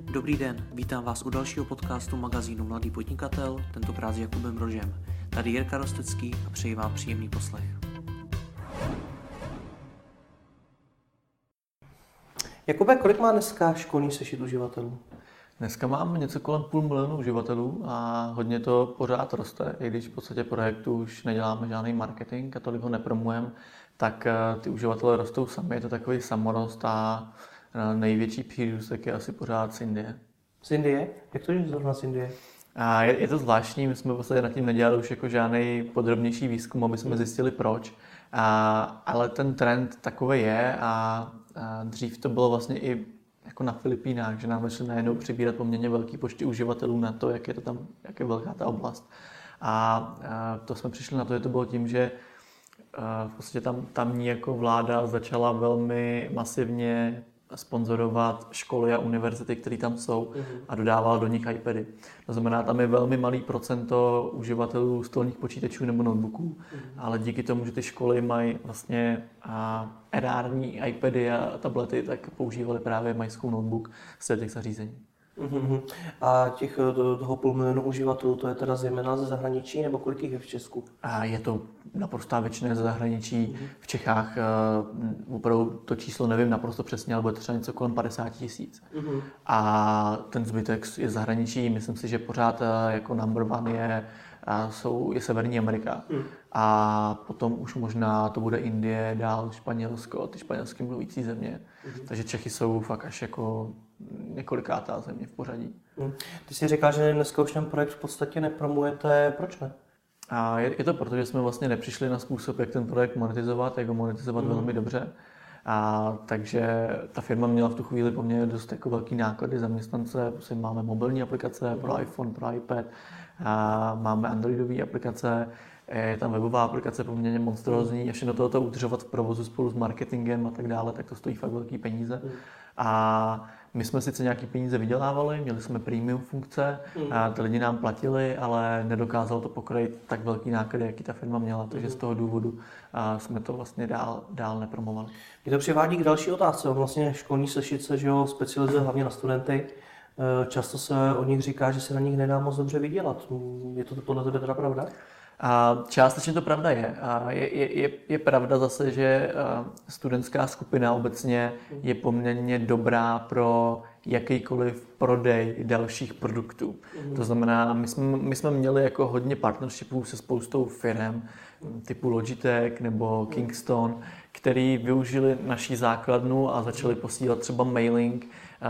Dobrý den, vítám vás u dalšího podcastu magazínu Mladý podnikatel, tentokrát s Jakubem Rožem. Tady Jirka Rostecký a přeji vám příjemný poslech. Jakube, kolik má dneska školní sešit uživatelů? Dneska mám něco kolem 500 000 uživatelů a hodně to pořád roste, i když v podstatě projektu už neděláme žádný marketing a tolik ho nepromujeme, tak ty uživatelé rostou sami, je to takový samorost a největší přírůstek je asi pořád z Indie. Z Indie? Jak to, že zrovna z Indie? A je to zvláštní, my jsme vlastně nad tím nedělali už jako žádný podrobnější výzkum, aby jsme zjistili proč, ale ten trend takový je a dřív to bylo vlastně i jako na Filipínách, že nám začali najednou přibírat poměrně velký počty uživatelů na to, jak je to tam, jak je velká ta oblast. A to jsme přišli na to, že to bylo tím, že v podstatě tamní jako vláda začala velmi masivně sponzorovat školy a univerzity, které tam jsou a dodávala do nich iPady. To znamená, tam je velmi malý procento uživatelů stolních počítačů nebo notebooků, ale díky tomu, že ty školy mají vlastně erární iPady a tablety, tak používali právě majskou notebook z těch zařízení. A toho 500 000 uživatelů, to je teda zejména ze zahraničí, nebo kolik jich je v Česku? A je to naprostá většina ze zahraničí. V Čechách opravdu to číslo nevím naprosto přesně, ale bude to třeba něco kolem 50 000. A ten zbytek je zahraničí. Myslím si, že pořád jako number one je Severní Amerika. A potom už možná to bude Indie, dál Španělsko, ty španělsky mluvící země. Takže Čechy jsou fakt až jako několikátá země v pořadí. Ty jsi říkal, že dneska už ten projekt v podstatě nepromujete, proč ne? A je to proto, že jsme vlastně nepřišli na způsob, jak ten projekt monetizovat, jak ho monetizovat velmi dobře. Takže ta firma měla v tu chvíli poměrně dost jako velký náklady zaměstnance, prostě máme mobilní aplikace pro iPhone, pro iPad, máme androidové aplikace, je tam webová aplikace poměrně monstrózní, ještě do toho to udržovat v provozu spolu s marketingem a tak dále, tak to stojí fakt velký peníze. A my jsme sice nějaký peníze vydělávali, měli jsme premium funkce, a ty lidi nám platili, ale nedokázalo to pokrýt tak velký náklady, jaký ta firma měla, takže z toho důvodu jsme to vlastně dál nepromovali. Mě to přivádí k další otázce. Vlastně školní sešice, že jo, specializuje hlavně na studenty. Často se o nich říká, že se na nich nedá moc dobře vydělat. Je to podle tebe teda pravda? Částečně to pravda je. Je pravda zase, že studentská skupina obecně je poměrně dobrá pro jakýkoliv prodej dalších produktů. To znamená, my jsme měli jako hodně partnershipů se spoustou firem typu Logitech nebo Kingston, který využili naší základnu a začali posílat třeba mailing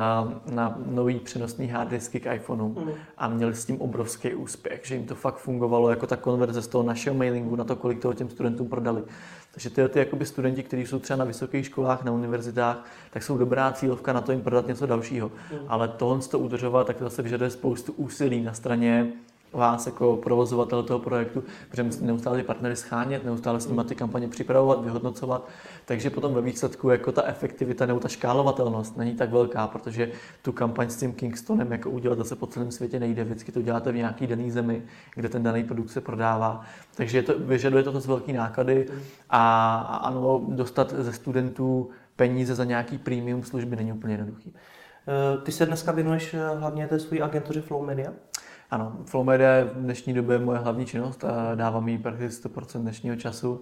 na nový přenosný hardisky k iPhoneu a měli s tím obrovský úspěch, že jim to fakt fungovalo jako ta konverze z toho našeho mailingu na to, kolik toho těm studentům prodali. Takže ty jakoby studenti, kteří jsou třeba na vysokých školách, na univerzitách, tak jsou dobrá cílovka na to jim prodat něco dalšího. Ale tohle to udržovat, tak to zase vyžaduje spoustu úsilí na straně vás jako provozovatel toho projektu, protože musíte neustále ty partnery schánět, neustále s nimi ty kampaně připravovat, vyhodnocovat, takže potom ve výsledku jako ta efektivita nebo ta škálovatelnost není tak velká, protože tu kampaň s tím Kingstonem jako udělat zase po celém světě nejde, vždycky to děláte v nějaký daný zemi, kde ten daný produkt se prodává, takže vyžaduje to velký náklady a ano, dostat ze studentů peníze za nějaký premium služby není úplně jednoduchý. Ty se dneska věnuješ hlavně té své agentuře Flow Media? Ano, Flow Media je v dnešní době moje hlavní činnost a dávám jí prakticky 100% dnešního času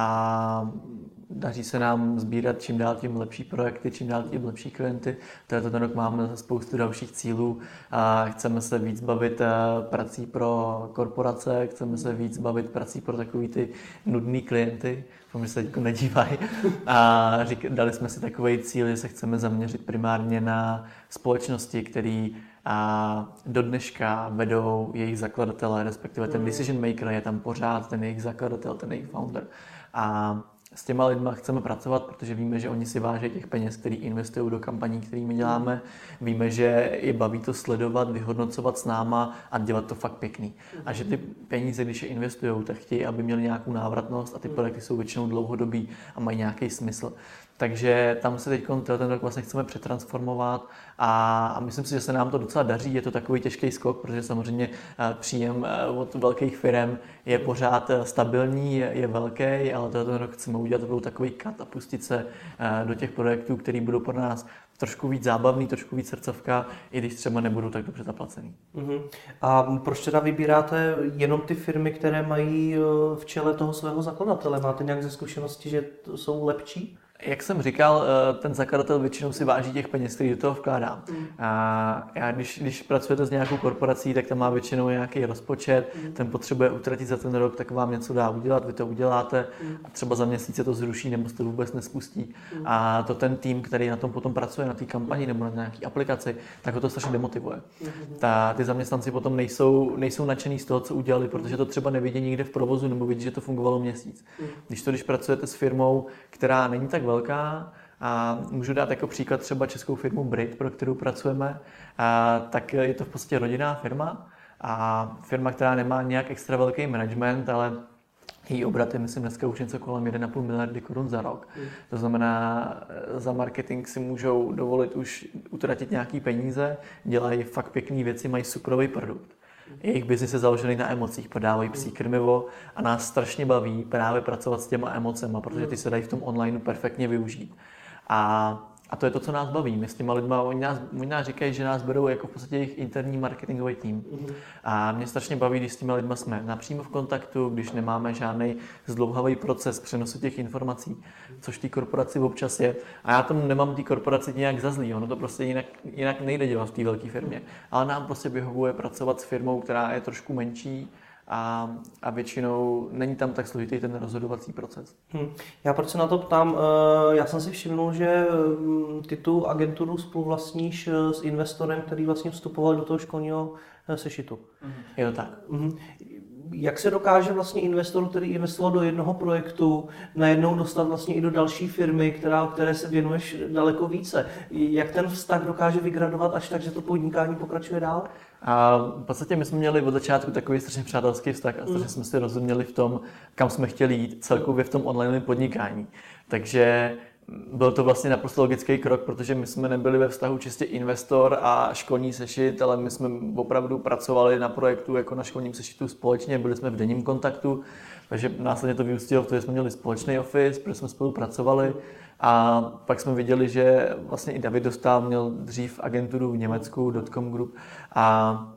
a daří se nám sbírat čím dál tím lepší projekty, čím dál tím lepší klienty. Ten rok máme spoustu dalších cílů a chceme se víc bavit prací pro korporace, chceme se víc bavit prací pro takový ty nudný klienty, že se teď nedívají. A dali jsme si takový cíl, že se chceme zaměřit primárně na společnosti, které do dneška vedou jejich zakladatelé, respektive ten decision maker je tam pořád, ten jejich zakladatel, ten jejich founder. A s těma lidma chceme pracovat, protože víme, že oni si váží těch peněz, který investují do kampaní, kterými děláme. Víme, že je baví to sledovat, vyhodnocovat s náma a dělat to fakt pěkný. A že ty peníze, když je investují, tak chtějí, aby měli nějakou návratnost a ty projekty jsou většinou dlouhodobý a mají nějaký smysl. Takže tam se teď ten rok vlastně chceme přetransformovat a myslím si, že se nám to docela daří. Je to takový těžký skok, protože samozřejmě příjem od velkých firm je pořád stabilní, je velký, ale ten rok chceme udělat takový cut a pustit se do těch projektů, které budou pro nás trošku víc zábavný, trošku víc srdcovka, i když třeba nebudou tak dobře zaplacený. A proč teda vybíráte jenom ty firmy, které mají v čele toho svého zakladatele? Máte nějak ze zkušenosti, že jsou lepší? Jak jsem říkal, ten zakladatel většinou si váží těch peněz, který do toho vkládá. A já, když pracujete s nějakou korporací, tak tam má většinou nějaký rozpočet, ten potřebuje utratit za ten rok, tak vám něco dá udělat, vy to uděláte a třeba za měsíc se to zruší nebo se to vůbec nespustí. A to ten tým, který na tom potom pracuje, na té kampani nebo na nějaké aplikaci, tak ho to strašně demotivuje. Ty zaměstnanci potom nejsou nadšený z toho, co udělali, protože to třeba nevidí nikde v provozu nebo vidí, že to fungovalo měsíc. Když pracujete s firmou, která není tak velká, a můžu dát jako příklad třeba českou firmu Brit, pro kterou pracujeme, tak je to v podstatě rodinná firma a firma, která nemá nějak extra velký management, ale její obrat je, myslím, dneska už něco kolem 1,5 miliardy korun za rok. To znamená, za marketing si můžou dovolit už utratit nějaký peníze, dělají fakt pěkné věci, mají superový produkt. Jejich biznis je založený na emocích, prodávají psí krmivo a nás strašně baví právě pracovat s těma emocema, protože ty se dají v tom online perfektně využít. A to je to, co nás baví. My s těma lidma, oni nás říkají, že nás berou jako v podstatě jejich interní marketingový tým. A mě strašně baví, když s těma lidma jsme napřímo v kontaktu, když nemáme žádný zdlouhavý proces přenosu těch informací, což té korporaci občas je. A já tomu nemám té korporaci nějak za zlý, ono to prostě jinak nejde dělat v té velké firmě. Ale nám prostě vyhovuje pracovat s firmou, která je trošku menší, a většinou není tam tak složitý ten rozhodovací proces. Já proč se na to ptám? Já jsem si všiml, že ty tu agenturu spoluvlastníš s investorem, který vlastně vstupoval do toho školního sešitu. Je to tak. Jak se dokáže vlastně investor, který investoval do jednoho projektu, najednou dostat vlastně i do další firmy, které se věnuješ daleko více? Jak ten vztah dokáže vygradovat až tak, že to podnikání pokračuje dál? A v podstatě my jsme měli od začátku takový strašně přátelský vztah a strašně jsme si rozuměli v tom, kam jsme chtěli jít celkově v tom online podnikání. Takže byl to vlastně naprosto logický krok, protože my jsme nebyli ve vztahu čistě investor a školní sešit, ale my jsme opravdu pracovali na projektu jako na školním sešitu společně, byli jsme v denním kontaktu, takže následně to vyústilo v to, že jsme měli společný office, protože jsme spolu pracovali a pak jsme viděli, že vlastně i David Dostál měl dřív agenturu v Německu, .com Group a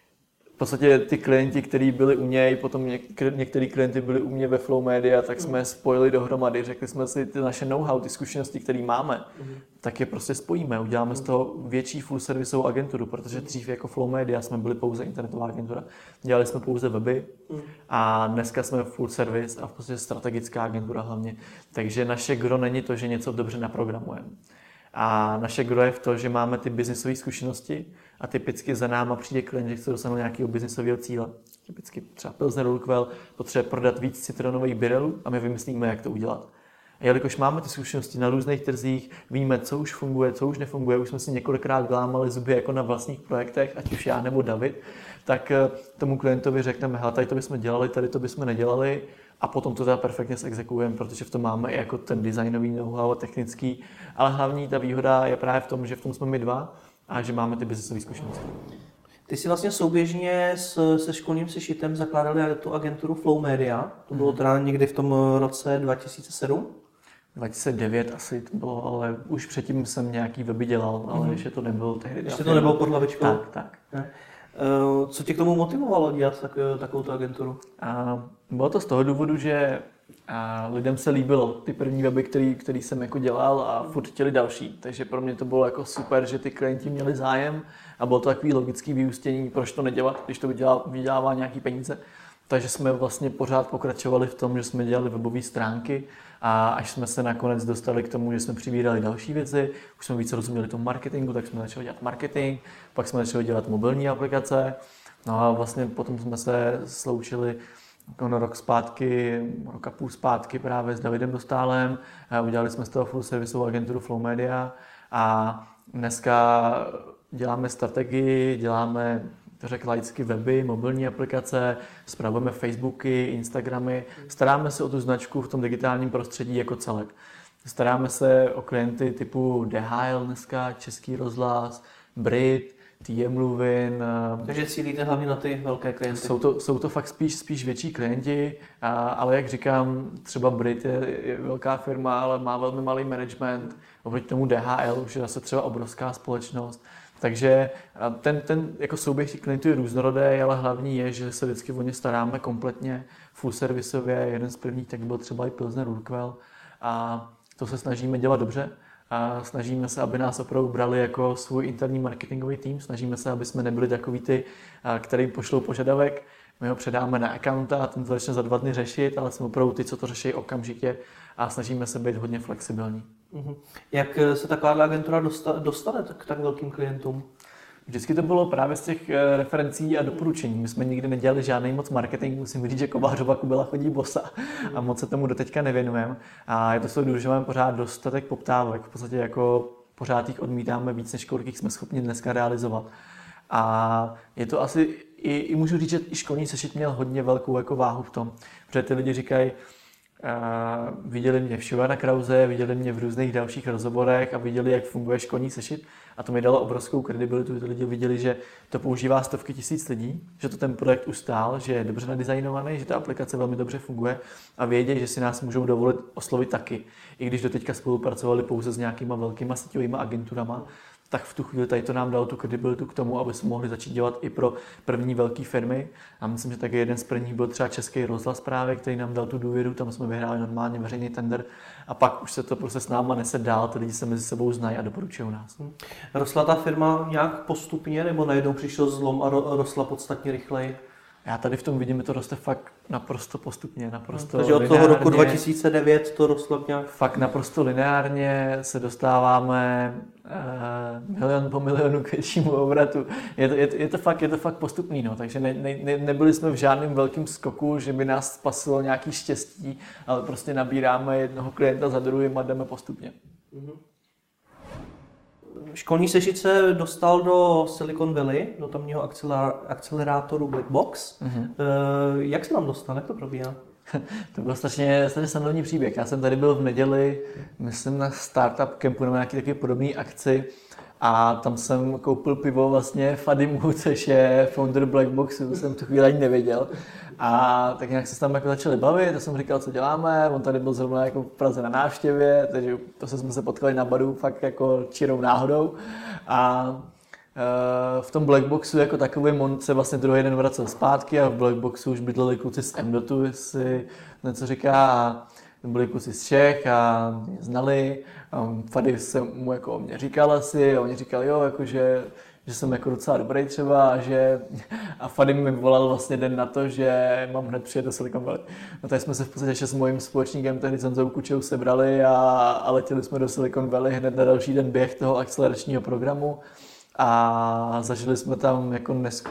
v podstatě ty klienti, kteří byli u něj, potom některý klienty byli u mě ve Flow Media, tak jsme spojili dohromady, řekli jsme si ty naše know-how, ty zkušenosti, které máme, tak je prostě spojíme, uděláme z toho větší full servisovou agenturu, protože dřív jako Flow Media jsme byli pouze internetová agentura, dělali jsme pouze weby a dneska jsme full service a v podstatě strategická agentura hlavně. Takže naše gro není to, že něco dobře naprogramujeme. A naše gro je v to, že máme ty biznisové zkušenosti a typicky za náma přijde klient, že chce dosáhnout nějakého biznisového cíle. Typicky třeba Pilsner Urquell potřebuje prodat víc citronových birelů a my vymyslíme, jak to udělat. A jelikož máme ty zkušenosti na různých trzích, víme, co už funguje, co už nefunguje, už jsme si několikrát lámali zuby jako na vlastních projektech, ať už já nebo David, tak tomu klientovi řekneme, hele, tady to bychom dělali, tady to bychom nedělali, a potom to teda perfektně exekujeme, protože v tom máme i jako ten designový know-how a technický, ale hlavní ta výhoda je právě v tom, že v tom jsme my dva a že máme ty biznesové zkušenosti. Ty jsi vlastně souběžně se školním sešitem zakládali tu agenturu Flow Media, to bylo teda někdy v tom roce 2007? 2009 asi to bylo, ale už předtím jsem nějaký weby dělal, ale ještě to nebylo tehdy. Ještě to nebylo pod hlavičkou? Tak. Co tě k tomu motivovalo dělat takovou agenturu? Bylo to z toho důvodu, že lidem se líbilo ty první weby, který jsem jako dělal a furt chtěli další. Takže pro mě to bylo jako super, že ty klienti měli zájem a bylo to takový logický vyústění, proč to nedělat, když to vydělává nějaký peníze. Takže jsme vlastně pořád pokračovali v tom, že jsme dělali webové stránky a až jsme se nakonec dostali k tomu, že jsme přibírali další věci, už jsme více rozuměli tomu marketingu, tak jsme začali dělat marketing, pak jsme začali dělat mobilní aplikace, no a vlastně potom jsme se sloučili rok a půl zpátky právě s Davidem Dostálem, udělali jsme z toho full servisovou agenturu Flow Media a dneska děláme strategii, děláme laicky weby, mobilní aplikace, spravujeme Facebooky, Instagramy, staráme se o tu značku v tom digitálním prostředí jako celek. Staráme se o klienty typu DHL dneska, Český rozhlas, Brit, Mluvin. Takže cílíte hlavně na ty velké klienty? Jsou to fakt spíš větší klienti, ale jak říkám, třeba Brit je velká firma, ale má velmi malý management. Oproti tomu DHL už je zase třeba obrovská společnost. Takže ten jako souběh těch klientů je různorodý, ale hlavní je, že se vždycky o ně staráme kompletně, full servisově. Jeden z prvních tak byl třeba i Pilsner Urquell a to se snažíme dělat dobře. A snažíme se, aby nás opravdu brali jako svůj interní marketingový tým. Snažíme se, aby jsme nebyli takový ty, kterým pošlou požadavek. My ho předáme na accounta a ten to začne za 2 dny řešit, ale jsme opravdu ty, co to řeší okamžitě a snažíme se být hodně flexibilní. Jak se taková agentura dostane k tak velkým klientům? Vždycky to bylo právě z těch referencí a doporučení. My jsme nikdy nedělali žádný moc marketing, musím říct, že Kovářova Kubela chodí bosa a moc se tomu doteďka nevěnujeme. A je to svou že máme pořád dostatek poptávek. V podstatě jako pořád jich odmítáme víc, než kolik jsme schopni dneska realizovat. A je to asi, i můžu říct, že i školní sešit měl hodně velkou jako váhu v tom, protože ty lidi říkají, viděli mě v Šivana Krause, viděli mě v různých dalších rozhovorech a viděli, jak funguje školní sešit. A to mi dalo obrovskou kredibilitu, ty lidi viděli, že to používá stovky tisíc lidí, že to ten projekt ustál, že je dobře nadizajnovaný, že ta aplikace velmi dobře funguje a vědějí, že si nás můžou dovolit oslovit taky. I když doteďka spolupracovali pouze s nějakýma velkýma síťovými agenturama, tak v tu chvíli tady to nám dalo tu kredibilitu k tomu, aby jsme mohli začít dělat i pro první velké firmy. A myslím, že taky jeden z prvních byl třeba Český rozhlas právě, který nám dal tu důvěru, tam jsme vyhráli normálně veřejný tender a pak už se to prostě s náma nese dál, ty lidi se mezi sebou znají a doporučují nás. Rostla ta firma nějak postupně nebo najednou přišel zlom a rostla podstatně rychleji? Já tady v tom vidím, že to roste fakt naprosto postupně, naprosto takže od toho roku 2009 to rostlo nějak? Fakt naprosto lineárně se dostáváme milion po milionu k většímu obratu. Je to fakt postupný, no. Takže nebyli jsme v žádném velkém skoku, že by nás spasilo nějaký štěstí, ale prostě nabíráme jednoho klienta za druhým a jdeme postupně. Školní sešit se dostal do Silicon Valley, do tamního akcelerátoru Blackbox. Jak se tam dostal? Jak to probíhá? To byl strašně srandovní příběh. Já jsem tady byl v neděli, myslím na Startup Campu nebo nějaký takový podobný akci a tam jsem koupil pivo vlastně Fadimu, což je founder Blackboxu, jsem tu chvíli ani nevěděl. A tak nějak se tam jako začali bavit, to jsem říkal, co děláme, on tady byl zrovna jako v Praze na návštěvě, takže to jsme se potkali na baru fakt jako čirou náhodou. A v tom Blackboxu jako takový on se vlastně druhý den vracel zpátky a v Blackboxu už bydleli kluci z MDOTu, jestli něco říká, a byli kluci z Čech a mě znali. Fady se mu jako o mě říkal asi a oni říkali, jo, jakože že jsem jako docela dobrý třeba a Fady mi volal vlastně den na to, že mám hned přijet do Silicon Valley. No tady jsme se v podstatě ještě s mojím společníkem tehdy s Honzou Kučou sebrali a letěli jsme do Silicon Valley hned na další den běh toho akceleračního programu a zažili jsme tam jako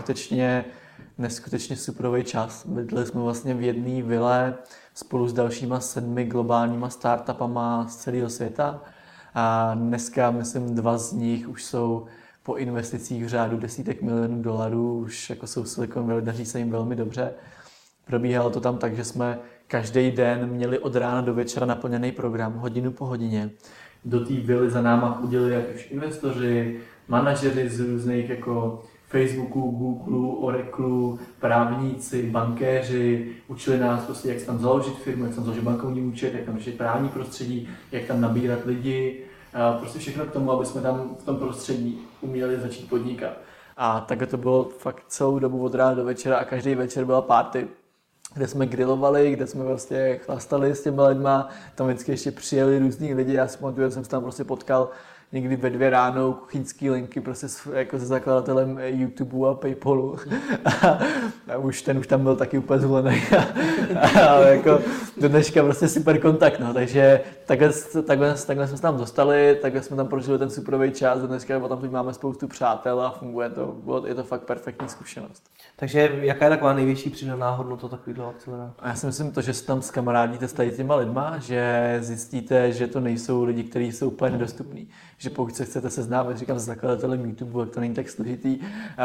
neskutečně superový čas. Bydleli jsme vlastně v jedné vile spolu s dalšíma 7 globálníma startupama z celého světa a dneska, myslím, 2 z nich už jsou po investicích v řádu desítek milionů dolarů, už jako jsou Silicon Valley, daří se jim velmi dobře. Probíhalo to tam tak, že jsme každý den měli od rána do večera naplněný program, hodinu po hodině. Do té vily za náma chodili jak už investoři, manažeři z různých jako Facebooku, Googleu, Oracleu, právníci, bankéři, učili nás prostě, jak tam založit firmu, jak tam založit bankovní účet, jak tam řešit právní prostředí, jak tam nabírat lidi, prostě všechno k tomu, aby jsme tam v tom prostředí uměli začít podnikat. A takhle to bylo fakt celou dobu od rána do večera a každý večer byla party, kde jsme grilovali, kde jsme prostě chlastali s těma lidma, tam vždycky ještě přijeli různý lidi, já si pamatuju, jsem se tam prostě potkal někdy ve 2 ráno kuchyňský linky prostě jako se zakladatelem YouTube a Paypalu a už tam byl taky úplně zvolený a jako do dneška prostě super kontakt, no, takže takhle jsme se tam dostali, takhle jsme tam prožili ten superový čas, do dneška potom teď máme spoustu přátel a funguje to, je to fakt perfektní zkušenost. Takže jaká je taková největší přidaná hodnota takovýhle akcelerátoru? Já si myslím to, že se tam skamarádíte s tady těma lidma, že zjistíte, že to nejsou lidi, kteří jsou úplně nedostupní. Že pokud se chcete seznámit, říkám, s zakladatelem YouTube, jak to není tak složitý,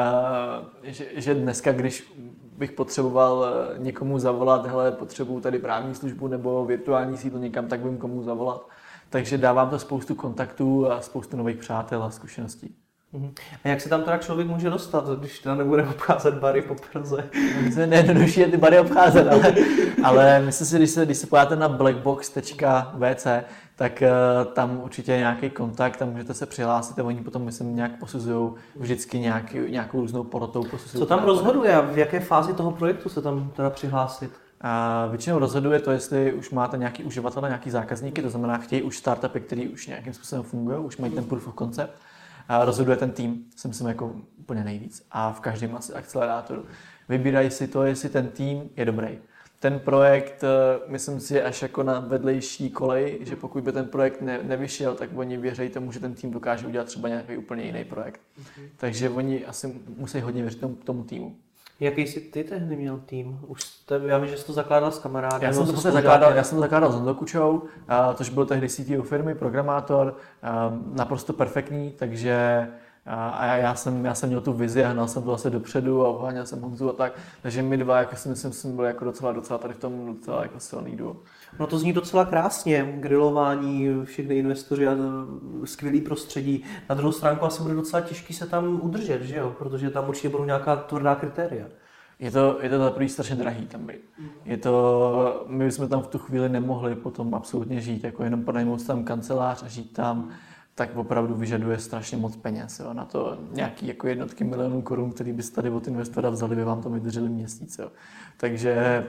že dneska, když bych potřeboval někomu zavolat, hele, potřebuju tady právní službu nebo virtuální sídlo někam, tak vím komu zavolat. Takže dávám to spoustu kontaktů a spoustu nových přátel a zkušeností. A jak se tam teda člověk může dostat, když teda nebude obcházet bary po Praze? Nejjednodušší je ty bary obcházet, ale myslím si, když se podíváte na blackbox.vc, tak tam určitě je nějaký kontakt, tam můžete se přihlásit a oni potom, myslím, nějak posuzují vždycky nějakou různou porotou. Co tam rozhoduje a v jaké fázi toho projektu se tam teda přihlásit? A většinou rozhoduje to, jestli už máte nějaký uživatele, nějaký zákazníky, to znamená, chtějí už startupy, který už nějakým způsobem fungují, už mají ten proof of concept. A rozhoduje ten tým, si myslím, jako úplně nejvíc. A v každém asi akcelerátoru. Vybírají si to, jestli ten tým je dobrý. Ten projekt, myslím si, je až jako na vedlejší kolej, že pokud by ten projekt nevyšel, tak oni věří tomu, že ten tým dokáže udělat třeba nějaký úplně jiný projekt. Takže oni asi musí hodně věřit tomu týmu. Jaký jsi ty tehdy měl tým? Já vím, že jsi to zakládal s kamarádem. Já jsem to zakládal s Ondou Kučou, což byl tehdy CTO firmy, programátor, naprosto perfektní, takže já jsem měl tu vizi a hnal jsem to vlastně dopředu a oháněl jsem Honzu a tak, takže my dva, jako si myslím, jsme byli jako docela tady v tom docela jako silný duo. No to zní docela krásně, grilování, všechny investoři a skvělý prostředí. Na druhou stránku asi bude docela těžký se tam udržet, že jo? Protože tam určitě budou nějaká tvrdá kritéria. Je to za první strašně drahý tam být. My jsme tam v tu chvíli nemohli potom absolutně žít, jako jenom pronajmout tam kancelář a žít tam, tak opravdu vyžaduje strašně moc peněz. Jo. Na to nějaký jako jednotky milionů korun, který byste tady od investora vzali, by vám to vydrželi měsíc. Jo. Takže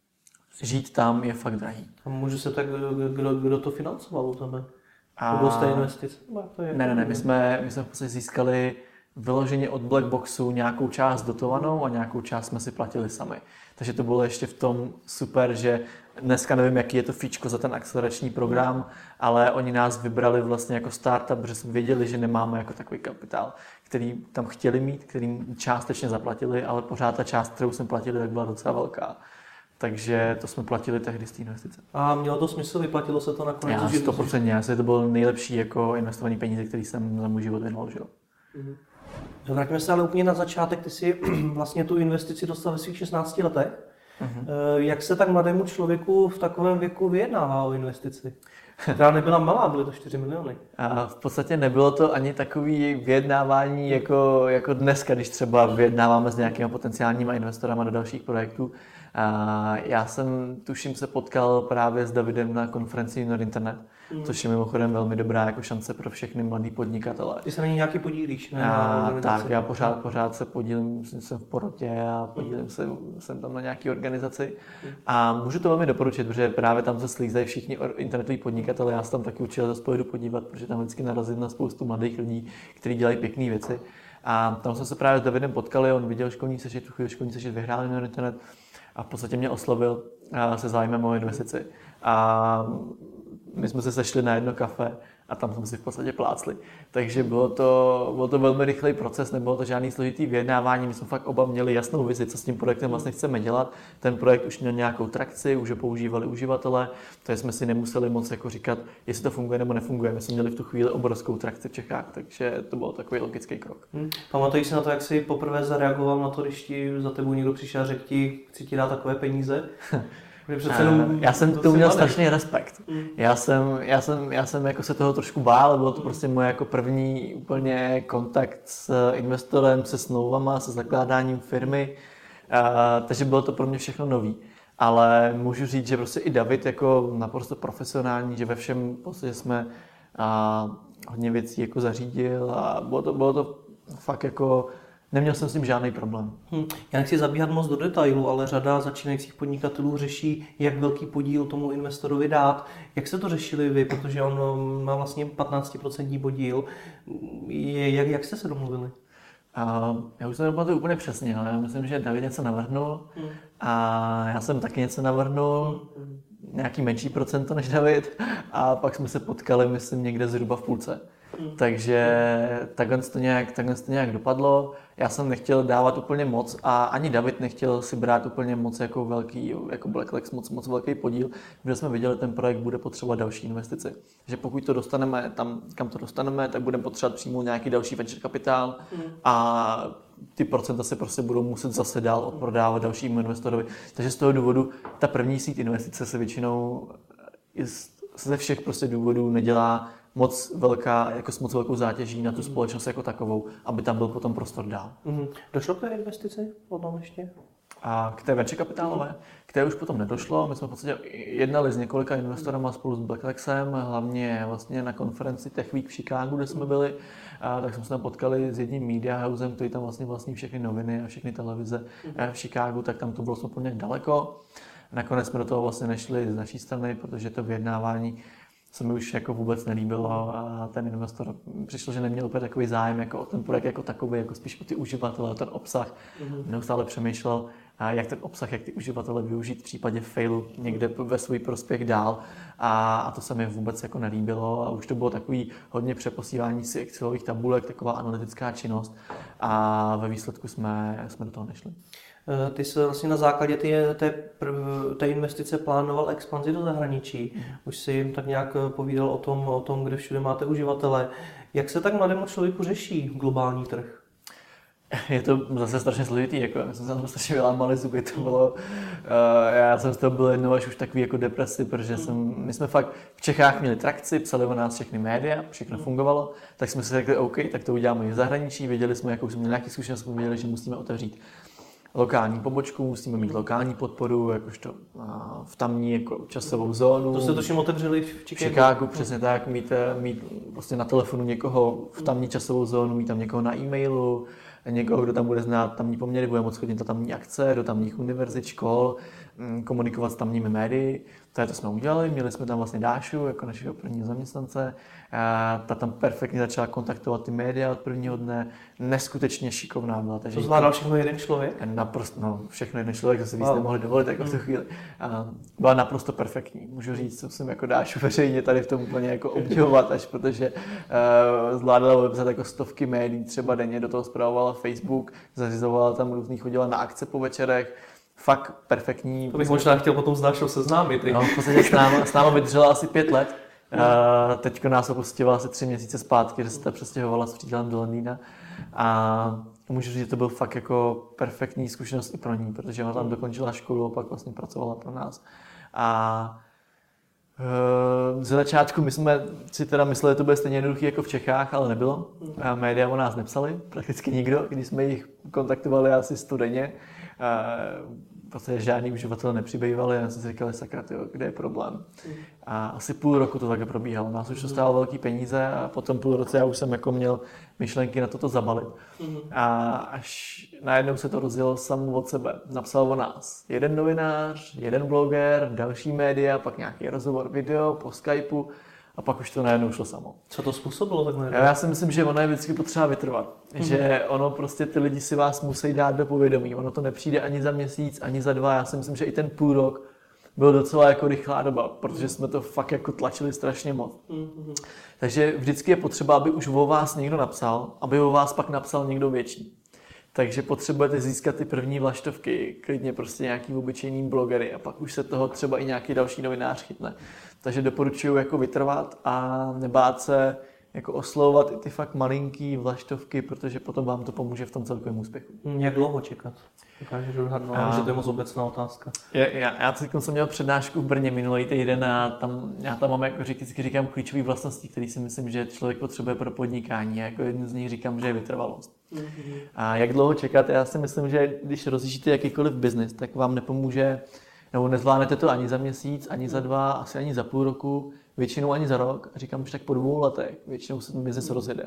žít tam je fakt drahý. A může se tak, kdo to financoval u tebe? Nebo z té investice? Ne, my jsme v podstatě získali vyloženě od Blackboxu nějakou část dotovanou a nějakou část jsme si platili sami. Takže to bylo ještě v tom super, že dneska nevím, jaký je to fíčko za ten akcelerační program, ale oni nás vybrali vlastně jako startup, protože jsme věděli, že nemáme jako takový kapitál, který tam chtěli mít, kterým částečně zaplatili, ale pořád ta část, kterou jsme platili, tak byla docela velká. Takže to jsme platili tehdy z té investice. A mělo to smysl? Vyplatilo se to nakonec? Já 100%. Asi to byl nejlepší jako investovaný peníze, který jsem za můj život vynaložil. Vrátíme se ale úplně na začátek. Ty jsi vlastně tu investici dostal ve svých 16 letech. Jak se tak mladému člověku v takovém věku vyjednává o investici? Která nebyla malá, byly to 4 miliony. A v podstatě nebylo to ani takový vyjednávání jako dneska, když třeba vyjednáváme s nějakými potenciálníma investorama do dalších projektů. Já jsem, tuším, se potkal právě s Davidem na konferenci Junior Internet, což je mimochodem velmi dobrá jako šance pro všechny mladý podnikatele. Ty se na ní nějaký podílíš, ne? Tak, já pořád se podílím, jsem v porotě a podílím se, jsem tam na nějaký organizaci. A můžu to velmi doporučit, protože právě tam se slízají všichni internetoví podnikatelé, já se tam taky určitě zase pojedu podívat, protože tam vždycky narazím na spoustu mladých lidí, kteří dělají pěkné věci. A tam jsme se právě s Davidem potkali, on viděl školní sešit, tu chvíli školní sešit vyhrál na internet a v podstatě mě oslovil se zájmem o investici. A my jsme se sešli na jedno kafe a tam jsme si v podstatě plácli. Takže bylo to velmi rychlý proces, nebylo to žádný složitý vyjednávání, my jsme fakt oba měli jasnou vizi, co s tím projektem vlastně chceme dělat. Ten projekt už měl nějakou trakci, už ho používali uživatelé, takže jsme si nemuseli moc jako říkat, jestli to funguje nebo nefunguje. My jsme měli v tu chvíli obrovskou trakci v Čechách, takže to byl takový logický krok. Pamatuji si na to, jak jsi poprvé zareagoval na to, když ti za tebou někdo přišel a řekl ti, chci ti dát takové peníze? Já jsem to měl strašný respekt. Já jsem jako se toho trošku bál, bylo to prostě moje jako první úplně kontakt s investorem, se smlouvama, se zakládáním firmy, takže bylo to pro mě všechno nový. Ale můžu říct, že prostě i David jako naprosto profesionální, že ve všem prostě jsme hodně věcí jako zařídil a bylo to fakt jako neměl jsem s tím žádný problém. Já nechci zabíhat moc do detailu, ale řada začínajících podnikatelů řeší, jak velký podíl tomu investorovi dát. Jak jste to řešili vy, protože on má vlastně 15% podíl. Jak jste se domluvili? Já už se nepamatuju úplně přesně, ale já myslím, že David něco navrhnul a já jsem taky něco navrhnul, nějaký menší procento než David a pak jsme se potkali, myslím, někde zhruba v půlce. Takže takhle to nějak dopadlo. Já jsem nechtěl dávat úplně moc a ani David nechtěl si brát úplně moc jako velký, jako Blacklex, moc velký podíl, protože jsme viděli, že ten projekt bude potřebovat další investici. Že pokud to dostaneme tam, kam to dostaneme, tak budeme potřebovat přijmout nějaký další venture kapitál a ty procenta se prostě budou muset zase dál odprodávat dalšímu investorovi. Takže z toho důvodu ta první seed investice se většinou ze všech prostě důvodů nedělá moc velká, jako s moc velkou zátěží na tu společnost jako takovou, aby tam byl potom prostor dál. Došlo k té investici potom ještě? A k té venture kapitálové, k té už potom nedošlo. My jsme v podstatě jednali s několika investorama spolu s Blacklexem, hlavně vlastně na konferenci Tech Week v Chicagu, kde jsme byli. Tak jsme se tam potkali s jedním media housem, který tam vlastně vlastní všechny noviny a všechny televize v Chicagu, tak tam to bylo úplně daleko. Nakonec jsme do toho vlastně nešli z naší strany, protože to vyjednávání se mi už jako vůbec nelíbilo a ten investor přišel, že neměl úplně takový zájem jako o ten projekt jako takový, jako spíš o ty uživatele, o ten obsah. Neustále přemýšlel, jak ten obsah, jak ty uživatele využít v případě failu někde ve svůj prospěch dál a to se mi vůbec jako nelíbilo a už to bylo takový hodně přeposívání si Excelových tabulek, taková analytická činnost a ve výsledku jsme do toho nešli. Ty jsi vlastně na základě té investice plánoval expanzi do zahraničí. Už jsi jim tak nějak povídal o tom, kde všude máte uživatele. Jak se tak mladému člověku řeší globální trh? Je to zase strašně složitý, jako já jsem se tam strašně vylámali zuby, to bylo, já jsem z toho byl jednou až už takový jako depresi, protože my jsme fakt v Čechách měli trakci, psali o nás všechny média, všechno fungovalo, tak jsme si řekli, OK, tak to uděláme i v zahraničí, věděli jsme, jakou jsme měli nějaký zkušenost, jsme věděli, že musíme otevřít lokální pobočku, musíme mít lokální podporu, jakožto v tamní jako časovou zónu. To jste to všem otevřeli v Chicagu, přesně tak, mít prostě na telefonu někoho v tamní časovou zónu, mít tam někoho na e-mailu, někoho, kdo tam bude znát tamní poměry, bude moct chodit na tamní akce, do tamních univerzit, škol, komunikovat s tamními médii. To jsme udělali, měli jsme tam vlastně Dášu jako našeho prvního zaměstnance. Ta tam perfektně začala kontaktovat ty média od prvního dne, neskutečně šikovná byla. To zvládal všechno jeden člověk? Naprosto, všechno jeden člověk, to se víc nemohli dovolit jako v tu chvíli. Byla naprosto perfektní. Můžu říct, musím jako Dášu veřejně tady v tom úplně jako obdivovat, až protože zvládala vypsat jako stovky médií, třeba denně do toho spravovala Facebook, zařizovala tam chodila na akce po večerech. Fakt perfektní. To bych možná chtěl potom s Dášou seznámit. No, v podstatě s náma vydržela asi 5 let. Teďko nás opustila asi 3 měsíce zpátky, že se ta přestěhovala s přítelem do Londýna. A můžu říct, že to byl fakt jako perfektní zkušenost i pro ní, protože ona tam dokončila školu a pak vlastně pracovala pro nás. A ze začátku my jsme si teda mysleli, že to bude stejně jednoduchý jako v Čechách, ale nebylo. Média o nás nepsali, prakticky nikdo, když jsme jich kontaktovali asi 100 denně. Protože žádný uživatel nepřibývali a já jsem si říkal, sakra, tyjo, kde je problém. A asi půl roku to takhle probíhalo. Nás už to stálo velký peníze a potom půl roce já už jsem jako měl myšlenky na toto zabalit. A až najednou se to rozjelo samo od sebe. Napsal o nás jeden novinář, jeden bloger, další média, pak nějaký rozhovor video po Skypeu a pak už to najednou šlo samo. Co to způsobilo takhle? Já si myslím, že ono je vždycky potřeba vytrvat. Že ono prostě ty lidi si vás musí dát do povědomí. Ono to nepřijde ani za měsíc, ani za 2. Já si myslím, že i ten půl rok byl docela jako rychlá doba, protože jsme to fakt jako tlačili strašně moc. Takže vždycky je potřeba, aby už o vás někdo napsal, aby o vás pak napsal někdo větší. Takže potřebujete získat ty první vlaštovky, klidně prostě nějaký obyčejný blogery a pak už se toho třeba i nějaký další novinář chytne. Takže doporučuji jako vytrvat a nebát se jako oslovovat i ty fakt malinký vlaštovky, protože potom vám to pomůže v tom celkovém úspěchu. Jak dlouho čekat? Dokážeš odhadnout, že to je moc obecná otázka. Já jsem měl přednášku v Brně minulý týden a já tam mám, jako říkám, klíčové vlastnosti, které si myslím, že člověk potřebuje pro podnikání. A jako jednu z nich říkám, že je vytrvalost. A jak dlouho čekat? Já si myslím, že když rozjíždíte jakýkoliv biznis, tak vám nepomůže, nebo nezvládnete to ani za měsíc, ani za 2, asi ani za půl roku, většinou ani za rok. A říkám už tak po 2 letech, většinou se ten biznis rozjede.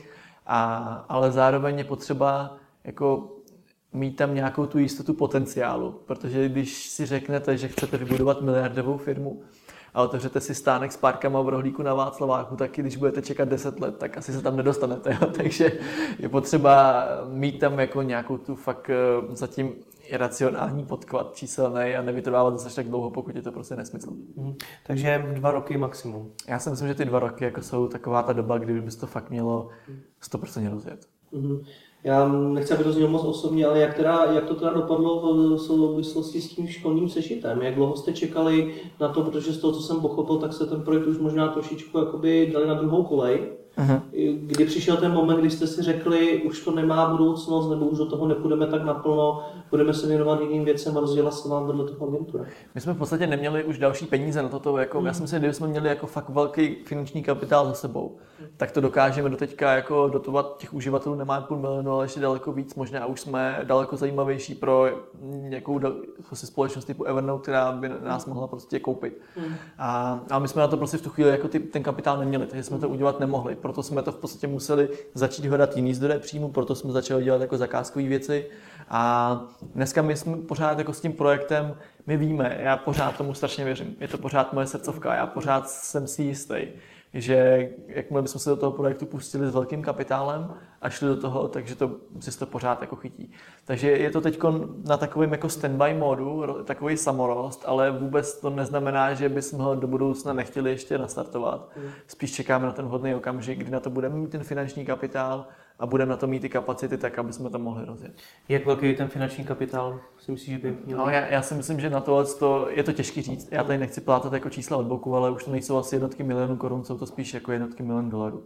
Ale zároveň je potřeba jako mít tam nějakou tu jistotu potenciálu, protože když si řeknete, že chcete vybudovat miliardovou firmu a otevřete si stánek s párkama v rohlíku na Václaváku, tak když budete čekat 10 let, tak asi se tam nedostanete. Jo? Takže je potřeba mít tam jako nějakou tu fakt zatím iracionální podklad číselný a nevytrvávat zase tak dlouho, pokud je to prostě nesmysl. Takže 2 roky maximum. Já si myslím, že ty 2 roky jako jsou taková ta doba, kdy by to fakt mělo 100% rozjet. Já nechci, aby to znělo moc osobně, ale jak to teda dopadlo v souvislosti s tím školním sešitem? Jak dlouho jste čekali na to, protože z toho, co jsem pochopil, tak se ten projekt už možná trošičku jakoby dali na druhou kolej. Kdy přišel ten moment, kdy jste si řekli, už to nemá budoucnost, nebo už do toho nepůjdeme tak naplno, budeme se věnovat jiným věcem a rozdělila se vám vedle toho agentura? My jsme v podstatě neměli už další peníze na toto. Jako, já si myslím, že kdybychom měli jako fakt velký finanční kapitál za sebou, tak to dokážeme doteďka jako dotovat. Těch uživatelů nemá 500 000, ale ještě daleko víc možná. Už jsme daleko zajímavější pro nějakou společnost typu Evernote, která by nás mohla prostě koupit. A my jsme na to prostě v tu chvíli jako ten kapitál neměli, takže jsme to udělat nemohli. Proto jsme to v podstatě museli začít hledat jiný zdroje příjmu, proto jsme začali dělat jako zakázkové věci. A dneska my jsme pořád jako s tím projektem, my víme, já pořád tomu strašně věřím, je to pořád moje srdcovka, já pořád jsem si jistý, že jakmile bychom se do toho projektu pustili s velkým kapitálem a šli do toho, takže to si to pořád jako chytí. Takže je to teď na takovém jako standby módu, takový samorost, ale vůbec to neznamená, že bychom ho do budoucna nechtěli ještě nastartovat. Spíš čekáme na ten vhodný okamžik, kdy na to budeme mít ten finanční kapitál a budeme na to mít ty kapacity tak, aby jsme to mohli rozjet. Jak velký je ten finanční kapitál? Si myslíš, že by měl? No, já si myslím, že na tohle je to těžký říct. Já tady nechci plátat jako čísla od boku, ale už to nejsou asi jednotky milionů korun, jsou to spíš jako jednotky milionů dolarů.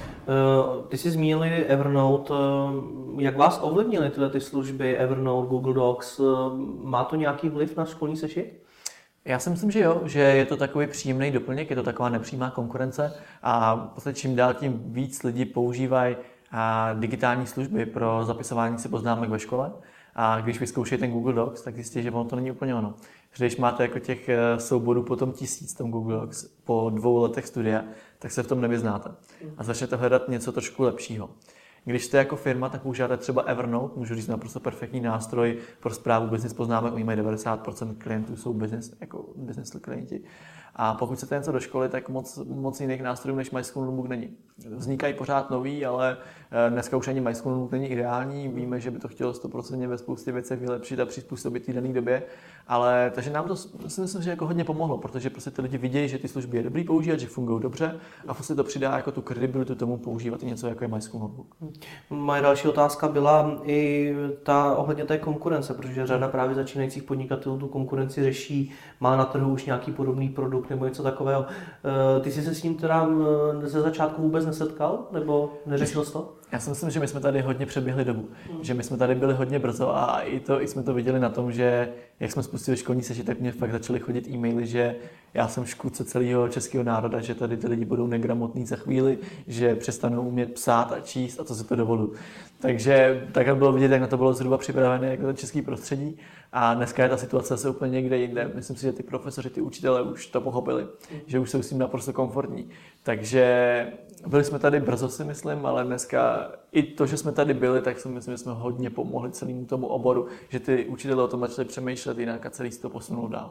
Ty jsi zmínili Evernote. Jak vás ovlivnily tyhle ty služby Evernote, Google Docs? Má to nějaký vliv na školní sešit? Já si myslím, že jo, že je to takový příjemný doplněk, je to taková nepřímá konkurence a v podstatě čím dál tím víc lidí používají digitální služby pro zapisování si poznámek ve škole. A když vyzkoušíte ten Google Docs, tak zjistíte, že ono to není úplně ono. Že když máte jako těch souborů potom 1000 v tom Google Docs po 2 letech studia, tak se v tom nevyznáte. A začnete hledat něco trošku lepšího. Když jste jako firma, tak používáte třeba Evernote, můžu říct naprosto perfektní nástroj pro správu business poznámek, oni mají 90% klientů jsou business klienti. A pokud chcete něco do školy, tak moc jiných nástrojů než My School Notebook není. Vznikají pořád nový, ale dneska už ani My School Notebook není ideální. Víme, že by to chtělo 100% ve spoustě věcech vylepšit a přizpůsobit té dané době. Ale takže nám to si myslím, že jako hodně pomohlo, protože prostě ty lidi vidějí, že ty služby je dobrý používat, že fungují dobře a prostě to přidá jako tu kredibilitu tomu používat i něco jako je My School Notebook. Moje další otázka byla i ohledně té konkurence, protože řada právě začínajících podnikatelů tu konkurenci řeší, má na trhu už nějaký podobný produkt nebo něco takového. Ty jsi se s ním teda ze začátku vůbec nesetkal, nebo neřešil jsi to? Já si myslím, že my jsme tady hodně přeběhli dobu, že my jsme tady byli hodně brzo a i jsme to viděli na tom, že jak jsme spustili školní sešit, tak mě fakt začaly chodit e-maily, že já jsem škůdce celého českého národa, že tady ty lidi budou negramotní za chvíli, že přestanou umět psát a číst a to si to dovoluji. Takže takhle bylo vidět, jak na to bylo zhruba připravené jako to české prostředí a dneska je ta situace zase úplně někde jinde. Myslím si, že ty profesoři, ty učitelé už to pochopili, že už jsou s tím naprosto komfortní. Takže byli jsme tady brzo, si myslím, ale dneska i to, že jsme tady byli, tak si myslím, že jsme hodně pomohli celému tomu oboru, že ty učitelé o tom začali přemýšlet jinak a celý se to posunul dál.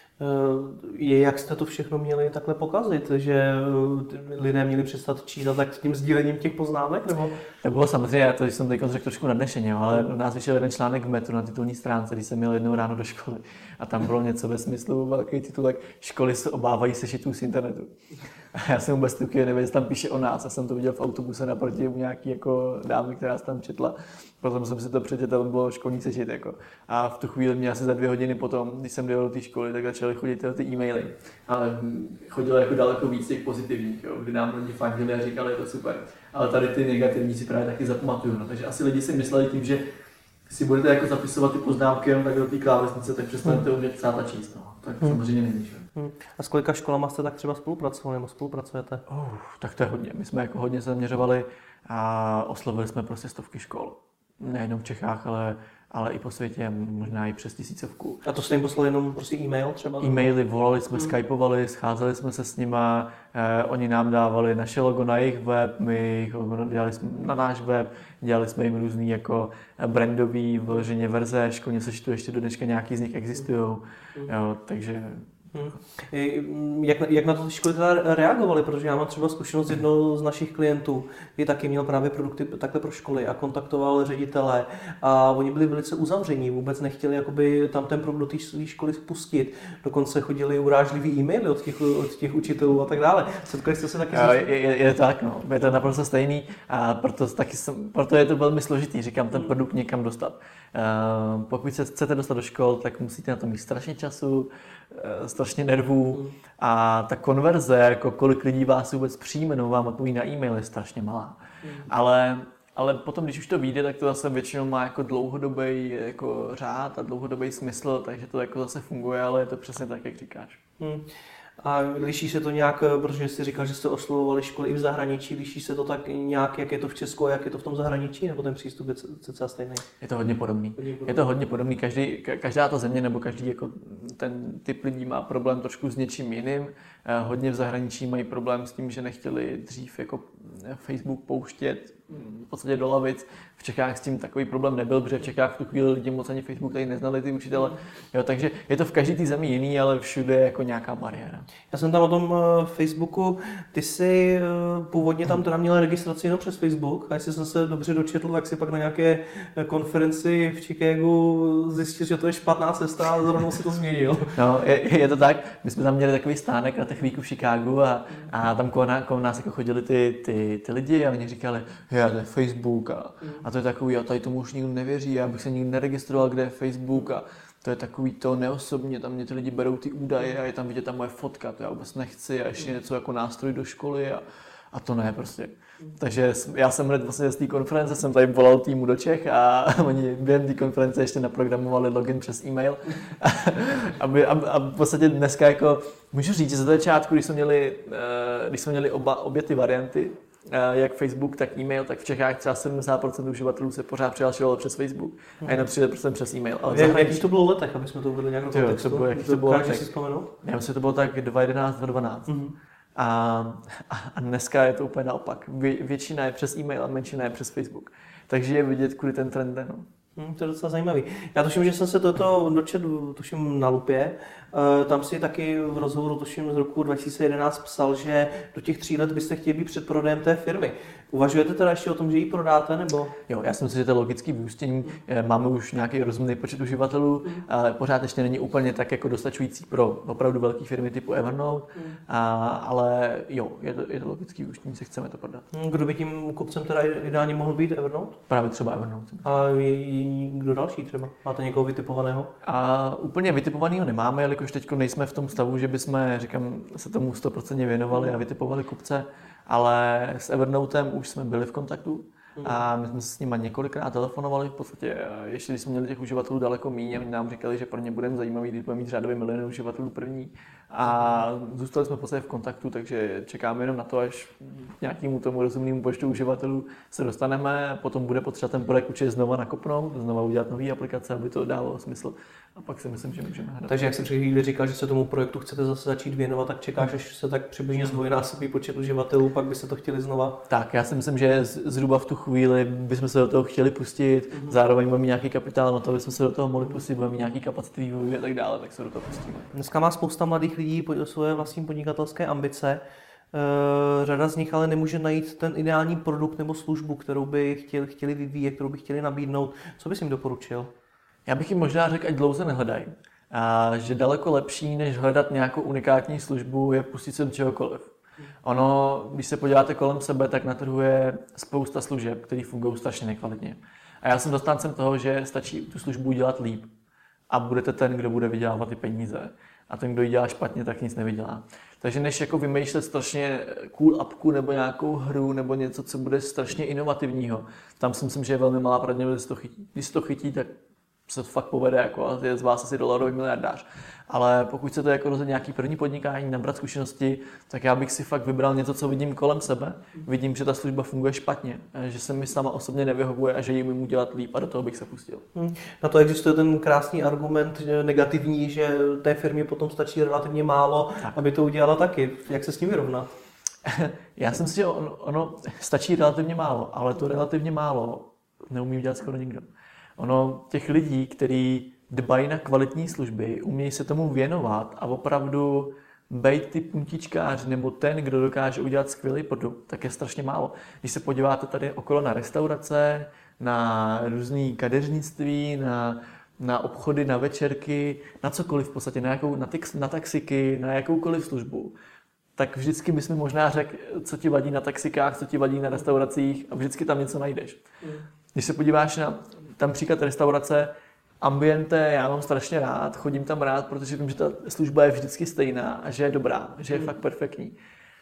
Jak jste to všechno měli takhle pokazit, že lidé měli přestat číst a tak s tím sdílením těch poznámek? Nebo? To bylo samozřejmě, to jsem teď řekl trošku nadnešeně, ale u nás vyšel jeden článek v Metru na titulní stránce, když jsem měl jednou ráno do školy a tam bylo něco ve smyslu, velký titulek, školy se obávají sešitů z internetu. A já jsem vůbec nevěděl, že tam píše o nás, já jsem to viděl v autobuse naproti u nějaký jako dámy, která se tam četla. Potom jsem si to přečetl, bylo školní sešit. Jako. A v tu chvíli mě asi za 2 hodiny potom, když jsem dojel do té školy, tak začaly chodit ty e-maily. Ale chodilo jako daleko víc těch pozitivních, jo, kdy nám lidi fandili a říkali, je to super. Ale tady ty negativní si právě taky zapamatuju. No. Takže asi lidi si mysleli tím, že si budete jako zapisovat ty poznámky jenom tak do té klávesnice, tak přestanete umět psát a číst. No. Tak samozřejmě není. Že? A s kolika školama jste tak třeba spolupracovali nebo spolupracujete? Tak to je hodně. My jsme jako hodně se zaměřovali a oslovili jsme prostě stovky škol. Nejenom v Čechách, ale i po světě, možná i přes 1000. A to jste jim poslali jenom prostě e-mail třeba? E-maily, volali jsme, skypovali, scházeli jsme se s nima, oni nám dávali naše logo na jejich web, my jich dělali jsme na náš web, dělali jsme jim různý jako brandový vyloženě verze, školně sešitu ještě do dneška nějaký z nich existují, takže... Jak na to ty školy teda reagovaly, protože já mám třeba zkušenost z jednoho z našich klientů, který taky měl právě produkty takhle pro školy a kontaktoval ředitele a oni byli velice uzavření, vůbec nechtěli jakoby tam ten produkt do té své školy spustit, dokonce chodili urážlivý e-maily od těch učitelů a tak dále. Setkali jste se taky? Je tak, no. Je to naprosto stejný a proto je to velmi složitý, říkám, ten produkt někam dostat. Pokud se chcete dostat do škol, tak musíte na to mít strašně času, strašně nervů a ta konverze, jako kolik lidí vás vůbec přijme nebo vám odpoví na e-mail, je strašně malá. Ale potom, když už to vyjde, tak to zase většinou má jako dlouhodobý jako řád a dlouhodobý smysl, takže to jako zase funguje, ale je to přesně tak, jak říkáš. A liší se to nějak, protože jsi říkal, že jste oslovovali školy i v zahraničí, liší se to tak nějak, jak je to v Česku a jak je to v tom zahraničí, nebo ten přístup je cca stejný? Je to hodně podobný. Je to hodně podobný. Každá ta země nebo každý jako ten typ lidí má problém trošku s něčím jiným. Hodně v zahraničí mají problém s tím, že nechtěli dřív jako Facebook pouštět v podstatě do lavic. V Čechách s tím takový problém nebyl, protože v Čechách v tu chvíli lidi moc ani Facebook tady neznali ty učitele. Jo, takže je to v každé té zemi jiný, ale všude je jako nějaká bariéra. Já jsem tam o tom Facebooku, ty jsi původně tam teda měl registraci jenom přes Facebook a jestli jsem se dobře dočetl, tak si pak na nějaké konferenci v Chicagu zjistil, že to je špatná cesta a zrovna si to změnil. No, je to tak. My jsme tam měli takový stánek na Tech Weeku v Chicagu a tam kolem nás jako chodili ty lidi a oni říkali, to je Facebook a to je takový, a tady tomu už nikdo nevěří, já bych se nikdy neregistroval, kde je Facebook a to je takový to neosobně, tam mě ty lidi berou ty údaje a je tam vidět ta moje fotka, to já vůbec nechci a ještě něco jako nástroj do školy a to ne prostě. Takže já jsem hned vlastně z té konference jsem tady volal týmu do Čech a oni během té konference ještě naprogramovali login přes e-mail. A v podstatě dneska jako můžu říct, že za začátku, když jsme měli obě ty varianty, jak Facebook, tak e-mail, tak v Čechách třeba 70% uživatelů se pořád přihlašovalo přes Facebook a jenom 30% přes e-mail. Jakých to bylo letech, aby jsme to uvedli nějak do kontextu? Jaký to bylo letech? Si vzpomenout? Já myslím, že to bylo tak 2011, 2012. A dneska je to úplně naopak. Většina je přes e-mail a menšina je přes Facebook. Takže je vidět, kudy ten trend jde. No. To je docela zajímavý. Já tuším, že jsem se toto dočetl, tuším na Lupě. Tam si taky v rozhovoru, tuším z roku 2011, psal, že do těch 3 let byste chtěli být před prodejem té firmy. Uvažujete teda ještě o tom, že ji prodáte, nebo? Jo, já si myslím, že to je logický vyústění. Máme už nějaký rozumný počet uživatelů, ale pořád ještě není úplně tak jako dostačující pro opravdu velké firmy typu Evernote, ale jo, je to logický vyústění, se chceme to prodat. Kdo by tím kupcem teda ideálně mohl být Evernote? Právě třeba Evernote. A kdo další třeba? Máte někoho vytipovaného? Úplně vytipovaného nemáme, jelikož teď nejsme v tom stavu, že bychom, říkám, se tomu 100% věnovali a vytipovali kupce, ale s Evernotem už jsme byli v kontaktu a my jsme s nimi několikrát telefonovali, v podstatě ještě když jsme měli těch uživatelů daleko méně, oni nám říkali, že pro ně budeme zajímavý, když budeme mít řádově miliony uživatelů první a zůstali jsme v podstatě v kontaktu, takže čekáme jenom na to, až k nějakému tomu rozumnému počtu uživatelů se dostaneme, potom bude potřeba ten projekt určitě znova nakopnout, znova udělat nové aplikace, aby to dávalo smysl. A pak si myslím, že můžeme hrát. Takže jak jsi před chvíli říkal, že se tomu projektu chcete zase začít věnovat, tak čekáš, až se tak přibližně zdvojnásobí počet uživatelů, pak by se to chtěli znova? Tak, já si myslím, že zhruba v tu chvíli bychom se do toho chtěli pustit, zároveň budeme mít nějaký kapitál na to, abychom se do toho mohli pustit, budeme mít nějaký kapacity vývoje a tak dále, tak se do toho pustíme. Dneska má spousta mladých lidí svoje vlastní podnikatelské ambice. Řada z nich ale nemůže najít ten ideální produkt nebo službu, kterou by chtěli vyvíjet, kterou by chtěli nabídnout. Co bys jim doporučil? Já bych jim možná řekl, ať dlouze nehledají. A že daleko lepší, než hledat nějakou unikátní službu, je pustit se do čehokoliv. Ono, když se podíváte kolem sebe, tak na trhu je spousta služeb, které fungují strašně nekvalitně. A já jsem zastáncem toho, že stačí tu službu udělat líp a budete ten, kdo bude vydělávat ty peníze. A ten, kdo ji dělá špatně, tak nic nevydělá. Takže než jako vymýšlet strašně cool appku nebo nějakou hru nebo něco, co bude strašně inovativního, tam si myslím, že je velmi malá pravděpodobnost, že se to chytí. Když se to chytí, tak se to fakt povede, jako, a je z vás asi dolarový miliardář. Ale pokud chcete jako rozhodně nějaký první podnikání, nabrat zkušenosti, tak já bych si fakt vybral něco, co vidím kolem sebe. Vidím, že ta služba funguje špatně, že se mi sama osobně nevyhovuje a že ji můžu dělat líp a do toho bych se pustil. Na to existuje ten krásný argument negativní, že té firmě potom stačí relativně málo, aby to udělala taky. Jak se s tím vyrovnat? Já si myslím, že ono stačí relativně málo, ale to relativně málo neumí dělat skoro nikdo. Ono těch lidí, kteří dbají na kvalitní služby, umějí se tomu věnovat a opravdu být ty puntičkář nebo ten, kdo dokáže udělat skvělý produkt, tak je strašně málo. Když se podíváte tady okolo na restaurace, na různý kadeřnictví, na obchody, na večerky, na cokoliv v podstatě, na taxiky, na jakoukoliv službu, tak vždycky bys mi možná řekl, co ti vadí na taxikách, co ti vadí na restauracích a vždycky tam něco najdeš. Když se podíváš na tam příklad restaurace, ambiente já mám strašně rád, chodím tam rád, protože vím, že ta služba je vždycky stejná a že je dobrá, že je fakt perfektní.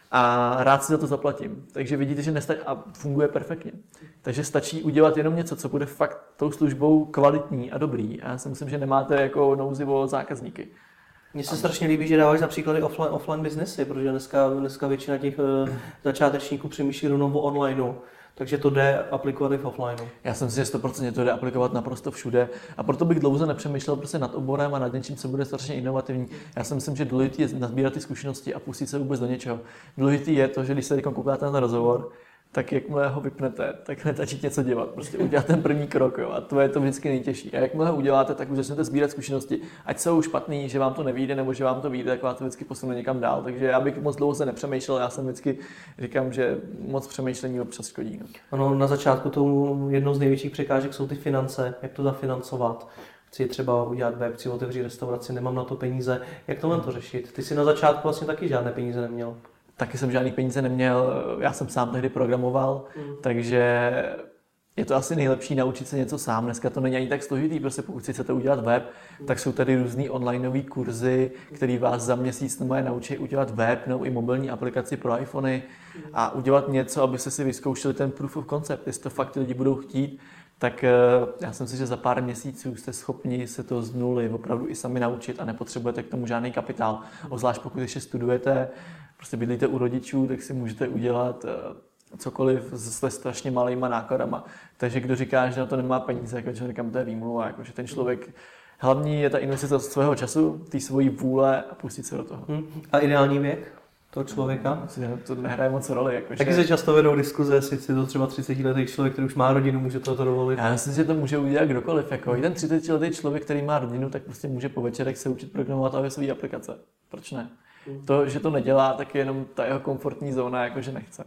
A rád si za to zaplatím. Takže vidíte, že a funguje perfektně. Takže stačí udělat jenom něco, co bude fakt tou službou kvalitní a dobrý. A já si myslím, že nemáte jako nouzi o zákazníky. Mně se strašně líbí, že dáváš za příklady offline biznesy, protože dneska většina těch začátečníků přemýšlí rovnou o onlineu. Takže to jde aplikovat i v offlineu. Já jsem si, že 100% to jde aplikovat naprosto všude a proto bych dlouho nepřemýšlel prostě nad oborem a nad něčím, co bude strašně inovativní. Já si myslím, že důležité je nazbírat ty zkušenosti a pustit se vůbec do něčeho. Důležité je to, že když se teď koukáte na ten rozhovor, tak jakmile ho vypnete, tak hned začít něco dělat. Prostě udělat ten první krok, jo, a to je to vždycky nejtěžší. A jakmile ho uděláte, tak už začnete sbírat zkušenosti. Ať jsou špatný, že vám to nevyjde, nebo že vám to vyjde, tak vás to vždycky posune někam dál. Takže já bych moc dlouho se nepřemýšlel, já jsem vždycky říkám, že moc přemýšlení občas škodí. No. Ano, na začátku jednou z největších překážek jsou ty finance, jak to zafinancovat. Chci třeba udělat web, chci otevřít restauraci, nemám na to peníze. Jak tohle to řešit? Ty jsi na začátku vlastně taky žádné peníze neměl. Taky jsem žádný peníze neměl, já jsem sám tehdy programoval, takže je to asi nejlepší naučit se něco sám. Dneska to není ani tak složitý, prostě pokud si chcete udělat web, tak jsou tady různý onlineový kurzy, který vás za měsíc naučí udělat web nebo i mobilní aplikaci pro iPhony a udělat něco, abyste si vyzkoušeli ten proof of concept, jestli to fakt lidi budou chtít. Tak já jsem si, že za pár měsíců jste schopni se to z nuly opravdu i sami naučit a nepotřebujete k tomu žádný kapitál. Obzvlášť pokud ještě studujete, prostě bydlíte u rodičů, tak si můžete udělat cokoliv se strašně malýma nákladama. Takže kdo říká, že na to nemá peníze, jako říkám, to je výmluva, jako, že ten člověk, hlavní je ta investice svého času, té svojí vůle a pustit se do toho. A ideální věk toho člověka? To nehraje moc roli. Jako, taky se často vedou diskuze, jestli si to třeba 30letý člověk, který už má rodinu, může to dovolit. Já myslím, že to může udělat kdokoliv. Jako. I ten 30letý člověk, který má rodinu, tak prostě může po večerech se učit programovat a své aplikace. Proč ne? To, že to nedělá, tak je jenom ta jeho komfortní zóna, jakože nechce.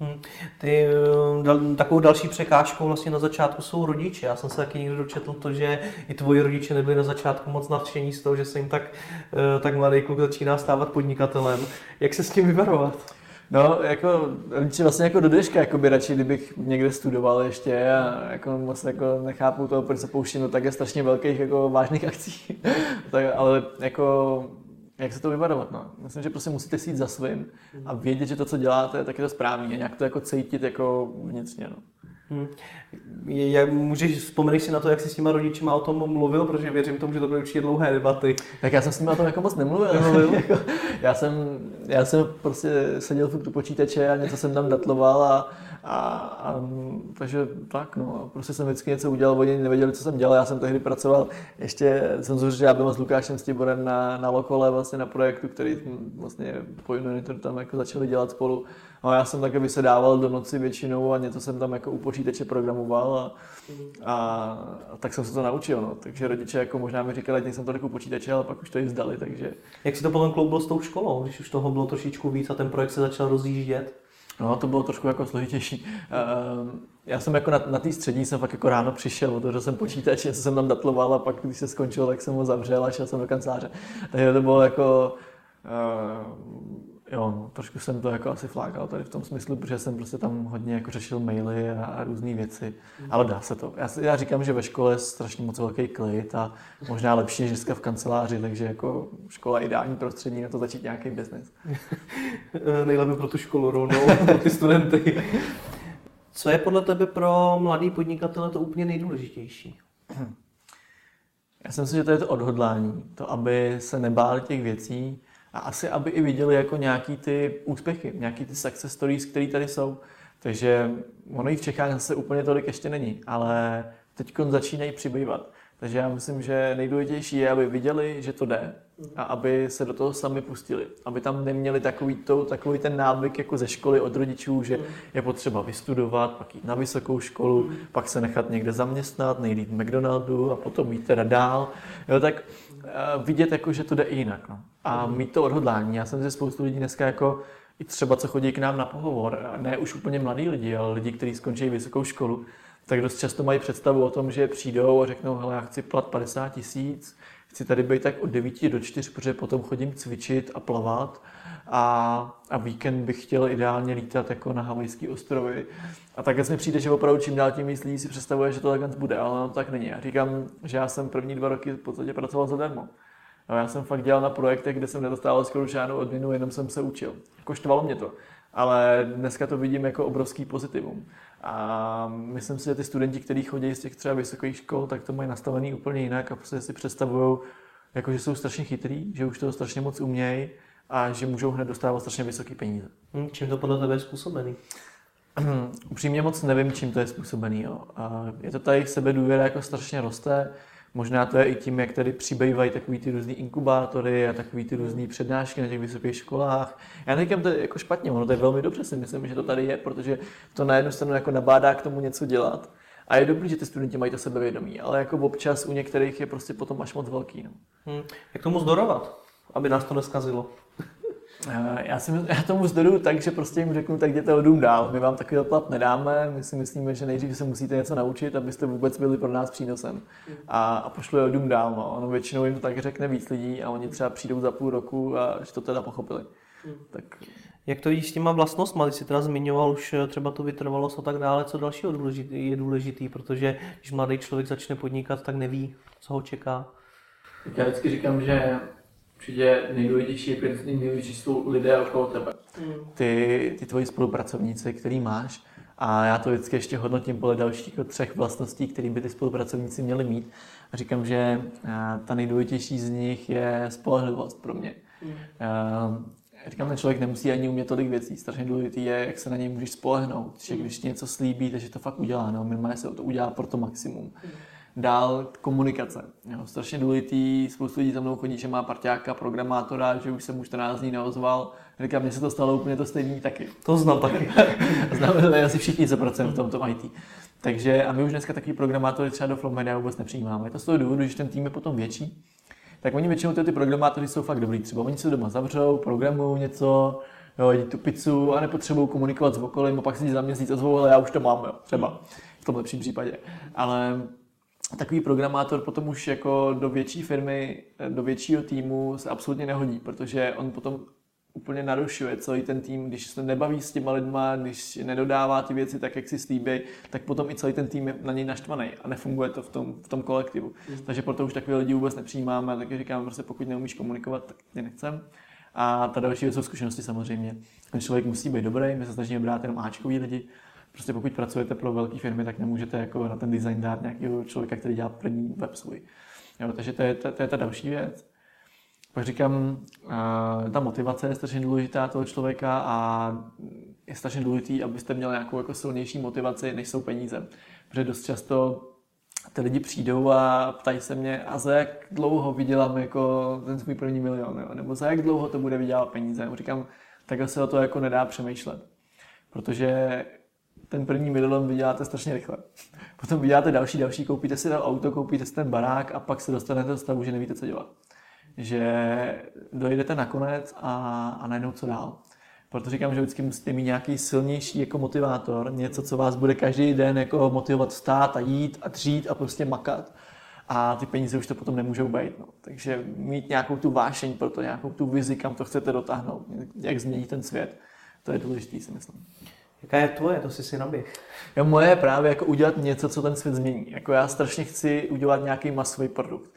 Takovou další překážkou vlastně na začátku jsou rodiče. Já jsem se taky někdy dočetl to, že i tvoji rodiče nebyli na začátku moc nadšení z toho, že se jim tak mladý kluk začíná stávat podnikatelem. Jak se s tím vyvarovat? No, jako rodiče vlastně jako do dneška, jako by radši, kdybych někde studoval ještě a jako moc jako nechápu toho, proč se pouštím, no tak je strašně velkých jako vážných akcí. Tak, ale jako jak se to vyvarovat? No? Myslím, že prostě musíte si jít za svým a vědět, že to, co děláte, tak je to správný a nějak to jako cítit jako vnitřně. No. Vzpomeneš si na to, jak jsi s těma rodičima o tom mluvil, protože věřím tomu, že to byly určitě dlouhé debaty. Tak já jsem s nimi o tom jako moc nemluvil. já jsem prostě seděl furt u počítače a něco jsem tam datloval a takže tak no, prostě jsem vždycky něco udělal, oni nevěděli, co jsem dělal, já jsem tehdy pracoval, ještě jsem zúřil s Lukášem Stiborem na Lokole vlastně na projektu, který vlastně po Unitor tam jako začali dělat spolu. No, já jsem také vysedával do noci většinou a něco jsem tam jako u počítače programoval a tak jsem se to naučil. No. Takže rodiče jako možná mi říkali, že nejsem tolik u počítače, ale pak už to i vzdali. Takže... Jak si to potom kloubilo s tou školou, když už toho bylo trošičku víc a ten projekt se začal rozjíždět? No, to bylo trošku jako složitější. Já jsem jako na té střední jsem fakt jako ráno přišel, otevřel jsem počítač, něco jsem tam datloval a pak, když se skončilo, tak jsem ho zavřel a šel jsem do kanceláře. Takže to bylo jako... Jo, no, trošku jsem to jako asi flákal tady v tom smyslu, protože jsem prostě tam hodně jako řešil maily a různé věci, ale dá se to. Já říkám, že ve škole je strašně moc velký klid a možná lepší než dneska v kanceláři, takže jako škola je ideální prostředí na to začít nějaký biznes. Nejlépe pro tu školu rovnou, pro ty studenty. Co je podle tebe pro mladý podnikatele to úplně nejdůležitější? Já si myslím, že to je to odhodlání, to, aby se nebáli těch věcí, a asi, aby i viděli jako nějaký ty úspěchy, nějaký ty success stories, které tady jsou. Takže ono i v Čechách zase úplně tolik ještě není, ale teď začínají přibývat. Takže já myslím, že nejdůležitější je, aby viděli, že to jde a aby se do toho sami pustili. Aby tam neměli takový ten návyk jako ze školy od rodičů, že je potřeba vystudovat, pak jít na vysokou školu, pak se nechat někde zaměstnat, nejít v McDonaldu a potom jít teda dál. Jo, tak vidět, jako, že to jde i jinak. No. A mít to odhodlání. Já jsem si spoustu lidí dneska jako i třeba, co chodí k nám na pohovor, ne už úplně mladí lidi, ale lidi, kteří skončí vysokou školu, tak dost často mají představu o tom, že přijdou a řeknou, hele, já chci plat 50 000, chci tady být tak od 9 do 4, protože potom chodím cvičit a plavat a víkend bych chtěl ideálně lítat jako na Havajské ostrovy. A takhle mi přijde, že opravdu čím dál tím víc lidí si představuje, že to takhle bude, ale tak není. Já říkám, že já jsem první 2 roky v podstatě pracoval zadarmo. Já jsem fakt dělal na projektech, kde jsem nedostával skoro žádnou odměnu, jenom jsem se učil. Jako štvalo mě to. Ale dneska to vidím jako obrovský pozitivum. A myslím si, že ty studenti, kteří chodí z těch třeba vysokých škol, tak to mají nastavený úplně jinak a prostě si představují, jako, že jsou strašně chytrý, že už toho strašně moc umějí a že můžou hned dostávat strašně vysoké peníze. Čím to podle tebe je způsobený? Upřímně moc nevím, čím to je způsobený. Jo. Je to ta jejich sebedůvěra jako strašně roste. Možná to je i tím, jak tady přibývají takový ty různý inkubátory a takový ty různý přednášky na těch vysokých školách. Já neříkám to jako špatně, ono to je velmi dobře, si myslím, že to tady je, protože to na jednu stranu jako nabádá k tomu něco dělat. A je dobrý, že ty studenti mají to sebevědomí, ale jako občas u některých je prostě potom až moc velký. No. Jak tomu zdorovat, aby nás to neskazilo? Já tomu zdoruju tak, že prostě jim řeknu, tak jděte o dům dál. My vám takový plat nedáme, my si myslíme, že nejdřív se musíte něco naučit, abyste vůbec byli pro nás přínosem. A pošlu je o dům dál. No. Ono většinou jim to tak řekne víc lidí a oni třeba přijdou za půl roku a že to teda pochopili. Tak. Jak to jíš s těma vlastnostma? Ty jsi teda zmiňoval už třeba tu vytrvalost a tak dále, co dalšího je důležitý, protože když mladý člověk začne podnikat, tak neví, co ho čeká. Já vždycky říkám, že určitě nejdůležitější jsou lidé okolo tebe. Ty tvoji spolupracovníci, který máš. A já to vždycky ještě hodnotím podle dalších 3 vlastností, které by ty spolupracovníci měli mít. A říkám, že ta nejdůležitější z nich je spolehlivost pro mě. Říkám, ten člověk nemusí ani umět tolik věcí. Strašně důležité je, jak se na něj můžeš spolehnout. Že když ti něco slíbí, takže to fakt udělá. No, minimálně se to udělá pro to maximum. Dál komunikace. Jo, strašně důležitý, spoustu lidí za mnou chodí, že má parťáka, programátora, že už jsem mu 14 dní neozval. Říkám, mně se to stalo úplně to stejný taky. To znám taky. Známe asi všichni, co pracují v tomto IT. Takže a my už dneska takový programátory třeba do Flowmedia vůbec nepřijímáme. To z toho důvodu, že ten tým je potom větší. Tak oni většinou ty programátoři jsou fakt dobrý. Třeba oni se doma zavřou, programují něco, jo, jedí tu pizzu a nepotřebují komunikovat s okolím a pak si za měsíc ozvou, ale já už to mám, jo, třeba v tom lepším případě. Ale takový programátor potom už jako do větší firmy, do většího týmu se absolutně nehodí, protože on potom úplně narušuje celý ten tým, když se nebaví s těma lidma, když nedodává ty věci tak, jak si slíbí, tak potom i celý ten tým je na něj naštvaný a nefunguje to v tom kolektivu. Takže proto už takové lidi vůbec nepřijímáme, takže říkám, prostě pokud neumíš komunikovat, tak tě nechcem. A ta další jsou zkušenosti samozřejmě. Ten člověk musí být dobrý, my se snažíme brát jenom áčkový lidi. Prostě pokud pracujete pro velké firmy, tak nemůžete jako na ten design dát nějakého člověka, který dělá první web svůj. Jo, takže to je ta další věc. Pak říkám, ta motivace je strašně důležitá toho člověka a je strašně důležitý, abyste měli nějakou jako silnější motivaci, než jsou peníze. Protože dost často ty lidi přijdou a ptají se mě, a za jak dlouho vydělám jako ten svůj první milion, jo? Nebo za jak dlouho to bude vydělat peníze. A říkám, takhle se o to jako nedá přemýšlet. Protože ten první milion vyděláte strašně rychle. Potom vyděláte další, koupíte si to auto, koupíte si ten barák a pak se dostanete do stavu, že nevíte, co dělat. Že dojdete nakonec a najednou co dál. Proto říkám, že vždycky musíte mít nějaký silnější jako motivátor, něco, co vás bude každý den jako motivovat vstát a jít a dřít a prostě makat. A ty peníze už to potom nemůžou být. No. Takže mít nějakou tu vášeň pro to, nějakou tu vizi, kam to chcete dotáhnout, jak změnit ten svět, to je důležité, si myslím. Jaká je tvoje? To si naběh. Jo, moje je právě jako udělat něco, co ten svět změní. Jako já strašně chci udělat nějaký masový produkt.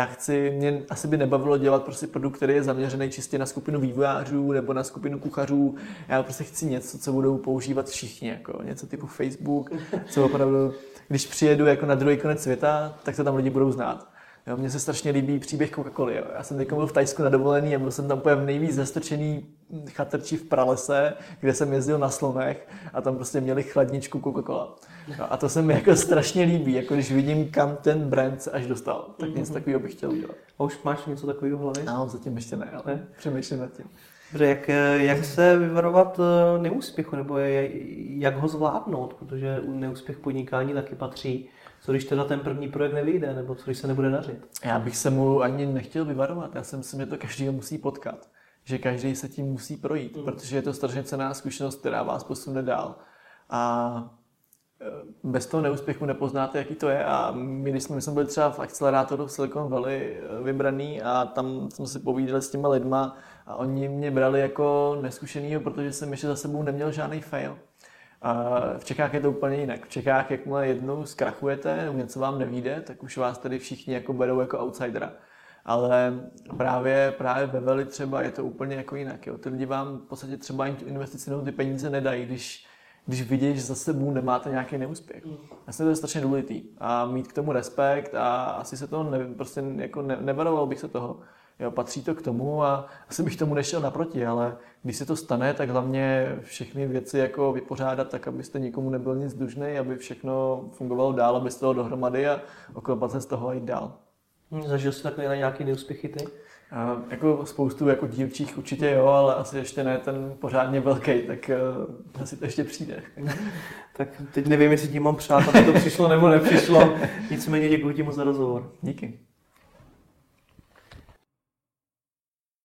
Mě asi by nebavilo dělat prostě produkt, který je zaměřený čistě na skupinu vývojářů nebo na skupinu kuchařů. Já prostě chci něco, co budou používat všichni, jako něco typu Facebook, co opravdu, když přijedu jako na druhý konec světa, tak to tam lidi budou znát. Jo, mně se strašně líbí příběh Coca-Coly. Jo. Já jsem teď byl v Thajsku na dovolený a byl jsem tam úplně v nejvíc zastrčený chatrči v pralese, kde jsem jezdil na slonech a tam prostě měli chladničku Coca-Cola. Jo, a to se mi jako strašně líbí, jako když vidím, kam ten brand se až dostal. Tak něco takového bych chtěl udělat. A už máš něco takového v hlavě? No, zatím ještě ne, ale přemýšlím nad tím. Dobře, jak se vyvarovat neúspěchu, nebo jak ho zvládnout, protože neúspěch podnikání taky patří. Co když teda ten první projekt nevyjde, nebo co když se nebude dařit? Já bych se mu ani nechtěl vyvarovat. Já si myslím, že to každý musí potkat. Že každý se tím musí projít, protože je to strašně cenná zkušenost, která vás posune dál. A bez toho neúspěchu nepoznáte, jaký to je. A my, když jsme byli třeba v akcelerátoru v Silicon Valley vybraný a tam jsme si povídali s těma lidma a oni mě brali jako neskušenýho, protože jsem ještě za sebou neměl žádný fail. A v Čechách je to úplně jinak. V Čechách, jakmile jednou zkrachujete, nebo něco vám nevyjde, tak už vás tady všichni jako berou jako outsidera. Ale právě ve Valley třeba je to úplně jako jinak. Jo. Ty lidi vám v podstatě třeba investici nebo ty peníze nedají, když vidíš, že za sebou nemáte nějaký neúspěch. Vlastně to je strašně důležitý. A mít k tomu respekt a asi se toho prostě jako nevaroval bych se toho. Jo, patří to k tomu a asi bych tomu nešel naproti, ale když se to stane, tak hlavně všechny věci jako vypořádat tak, abyste nikomu nebyl nic dlužný, aby všechno fungovalo dál, aby z toho dohromady a oklepat se z toho a jít dál. Zažil jsi takové na nějaký neúspěchy ty? Jako spoustu jako dílčích určitě jo, ale asi ještě ne ten pořádně velký, tak asi to ještě přijde. Tak teď nevím, jestli ti mám přát, aby to přišlo nebo nepřišlo. Nicméně děkuji ti moc za rozhovor. Díky.